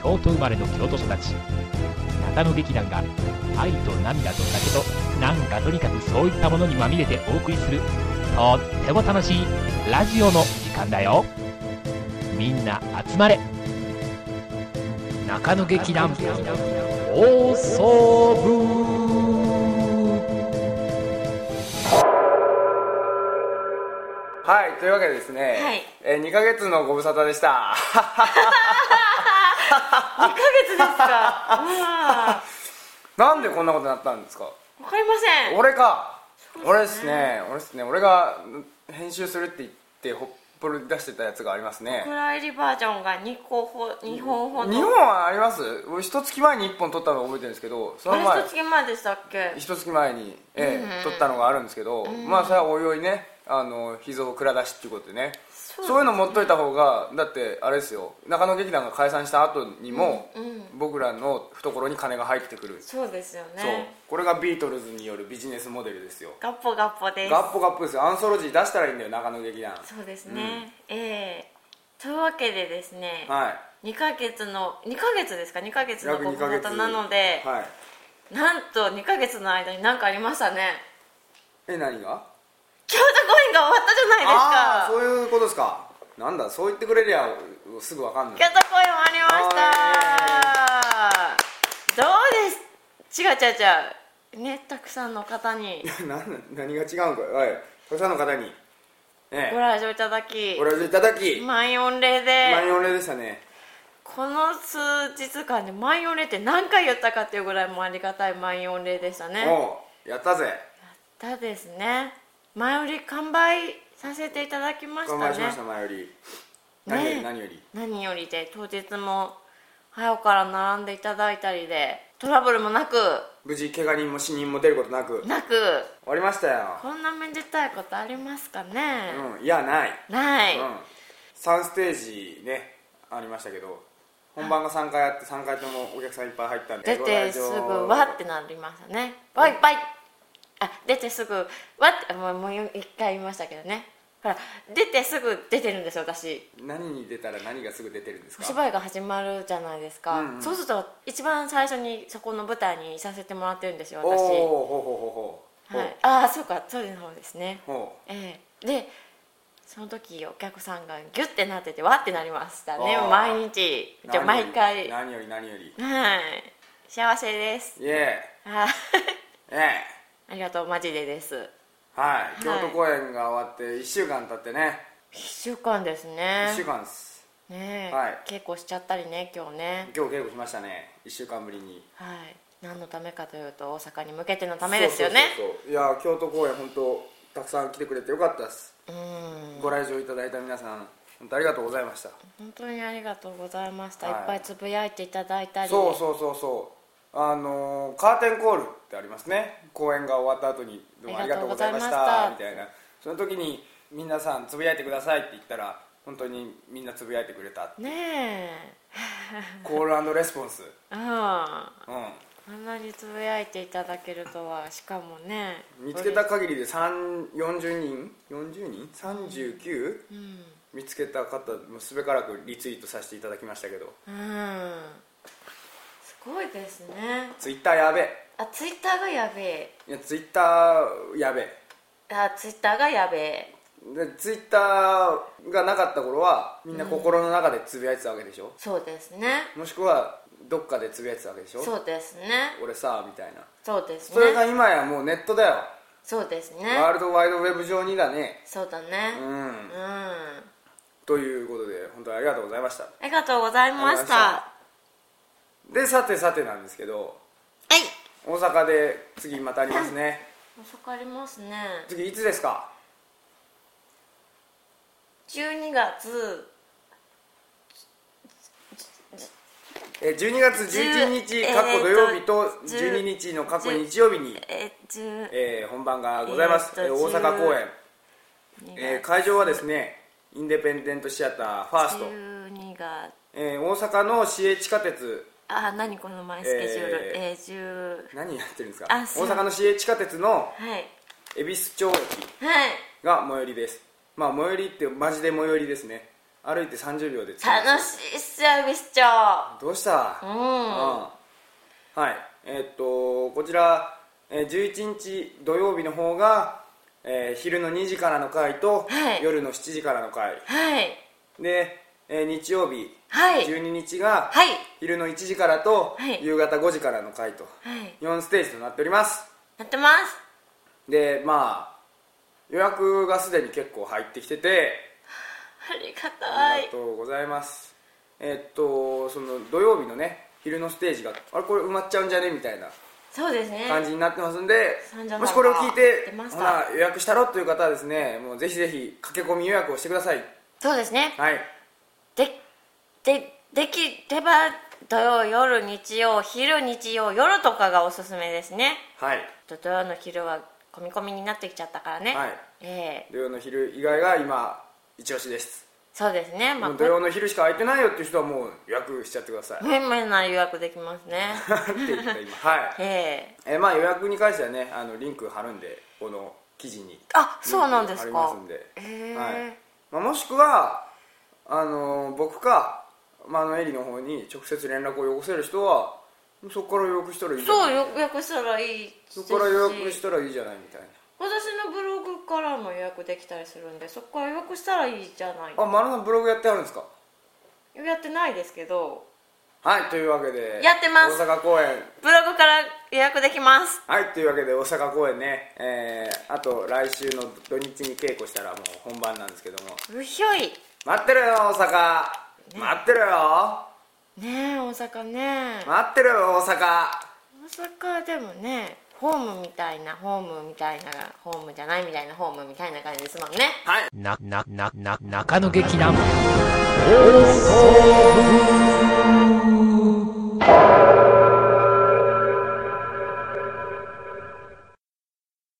京都生まれの京都育ち、中野劇団が愛と涙と酒となんかとにかくそういったものにまみれてお送りするとっても楽しいラジオの時間だよ。みんな集まれ、中野劇団放送部。 はい、というわけでですね、2ヶ月のご無沙汰でした 2ヶ月ですかなんでこんなことになったんですか？ わかりません。 俺ですね、俺が編集するって言ってほっぽり出してたやつがありますね。 お蔵入りバージョンが2本ほど。 2本はあります。俺1月前に1本撮ったのを覚えてるんですけど、その前 1月前でしたっけ ？1月前に、撮ったのがあるんですけど、まあそれはおいおいね、秘蔵蔵出しっていうことでね、そういうの持っといた方が、だってあれですよ、中野劇団が解散した後にも、僕らの懐に金が入ってくる。 そうですよね。 そう、これがビートルズによるビジネスモデルですよ。 ガッポガッポです。 ガッポガッポですよ。アンソロジー出したらいいんだよ、中野劇団。 そうですね、というわけでですね、 はい、 2ヶ月ですか、2ヶ月のご無沙汰なので、 はい、 なんと2ヶ月の間に何かありましたね。 何が？ 京都公演が終わったじゃないですか。 ああ、そういうことですか。なんだ、そう言ってくれりゃすぐ分かんない。 京都公演終わりました。どうです？違うね、たくさんの方に何が違うんか、はい、たくさんの方に、 ご来場いただき、満員御礼でしたね。 この数日間で満員御礼って何回言ったかっていうぐらいもありがたい満員御礼でしたね。 やったぜ。 やったですね。前売り完売させていただきましたね。 完売しました。前売り、何よりで、当日も早くから並んでいただいたりで、トラブルもなく、 無事怪我人も死人も出ることなく終わりましたよ。 こんなめでたいことありますかね。 いや、ない、3ステージねありましたけど、本番が3回あって、3回ともお客さんいっぱい入ったんで、 出てすぐわってなりましたね。わいっぱい、出てすぐわってもう1回言いましたけどね。ほら、出てすぐ出てるんですよ、私。 何に出たら何がすぐ出てるんですか？ お芝居が始まるじゃないですか、そうすると一番最初にそこの舞台にいさせてもらってるんですよ、私。そうか、そうですね。で、その時お客さんがギュッてなっててわってなりましたね。毎日毎回何より幸せです。ありがとう、マジでです。 京都公演が終わって1週間経ってね。 1週間ですね。 1週間ですね。稽古しちゃったりね、今日稽古しましたね、1週間ぶりに。 何のためかというと、大阪に向けてのためですよね。 いや、京都公演本当たくさん来てくれてよかったです。ご来場いただいた皆さん本当ありがとうございました。 本当にありがとうございました。いっぱいつぶやいていただいたり。 カーテンコールってありますね。公演が終わった後にどうもありがとうございましたみたいな、その時に皆さんつぶやいてくださいって言ったら、本当にみんなつぶやいてくれたね。 コール&レスポンス。 あんなにつぶやいていただけるとは。しかもね、 見つけた限りで40人 39、見つけた方すべからくリツイートさせていただきましたけど、 すごいですね。 ツイッターやべえ。 ツイッターがやべえ。 いや、ツイッターやべえ。 ツイッターがやべえ。 でツイッターがなかった頃はみんな心の中でつぶやいてたわけでしょ。 そうですね。 もしくはどっかでつぶやいてたわけでしょ。 そうですね。 俺さみたいな。 そうですね。 それが今やもうネットだよ。 そうですね。 ワールドワイドウェブ上にだね。 そうだね。 ということで本当にありがとうございました。 ありがとうございました。 で、さてなんですけど、大阪で次またありますね。 大阪ありますね。 次いつですか ？12月 12月11日過去土曜日と12日の過去日曜日に本番がございます。大阪公演、会場はですね、インデペンデントシアターファースト、 12月、 大阪の市営地下鉄、 何この前スケジュール、 何やってるんですか。大阪の市営地下鉄の恵比寿町駅が最寄りです。まあ最寄りってマジで最寄りですね。 歩いて30秒で着き楽ます。 しいっすよ、ビスチョ。 どうした？はい、こちら、11日土曜日の方が、昼の2時からの回と、 はい、 夜の7時からの回、 はい、 で、日曜日、 はい、 12日が、 はい、 昼の1時からと、 はい、 夕方5時からの回と、 はい、 4ステージとなっております。 なってます。 で、まあ予約がすでに結構入ってきてて、 ありがたい。 ありがとうございます。その土曜日のね昼のステージがこれ埋まっちゃうんじゃねみたいなそうですね感じになってますんで、 ももしこれを聞いてほら予約したろという方はですね、もうぜひぜひ駆け込み予約をしてください。 そうですね。 はい。 できれば土曜夜日曜昼日曜夜とかがおすすめですね。 はい。 土曜の昼は込み込みになってきちゃったからね。 はい。土曜の昼以外が今一押しです。 そうですね、 もう土曜の昼しか空いてないよっていう人はもう予約しちゃってください。 めんめんな予約できますねって言った今はいまあ予約に関してはねリンク貼るんでこの記事にそうなんですか。 貼りますんで、はいまあ、もしくは僕か、エリの方に直接連絡をよこせる人はそこから予約したらいいじゃない。 そう予約したらいい。 そこから予約したらいいじゃないみたいな。 私のブログからも予約できたりするんで、そこから予約したらいいじゃない。 マナさんブログやってあるんですか？ やってないですけど。 はいというわけでやってます。 大阪公演ブログから予約できます。 はいというわけで大阪公演ね、あと来週の土日に稽古したらもう本番なんですけども、 うひょい待ってるよ大阪、待ってるよねえ大阪ね、 待ってるよ大阪。 大阪でもねホームみたいなホームじゃないみたいなホームみたいな感じですもんね。 はい。中野劇団放送部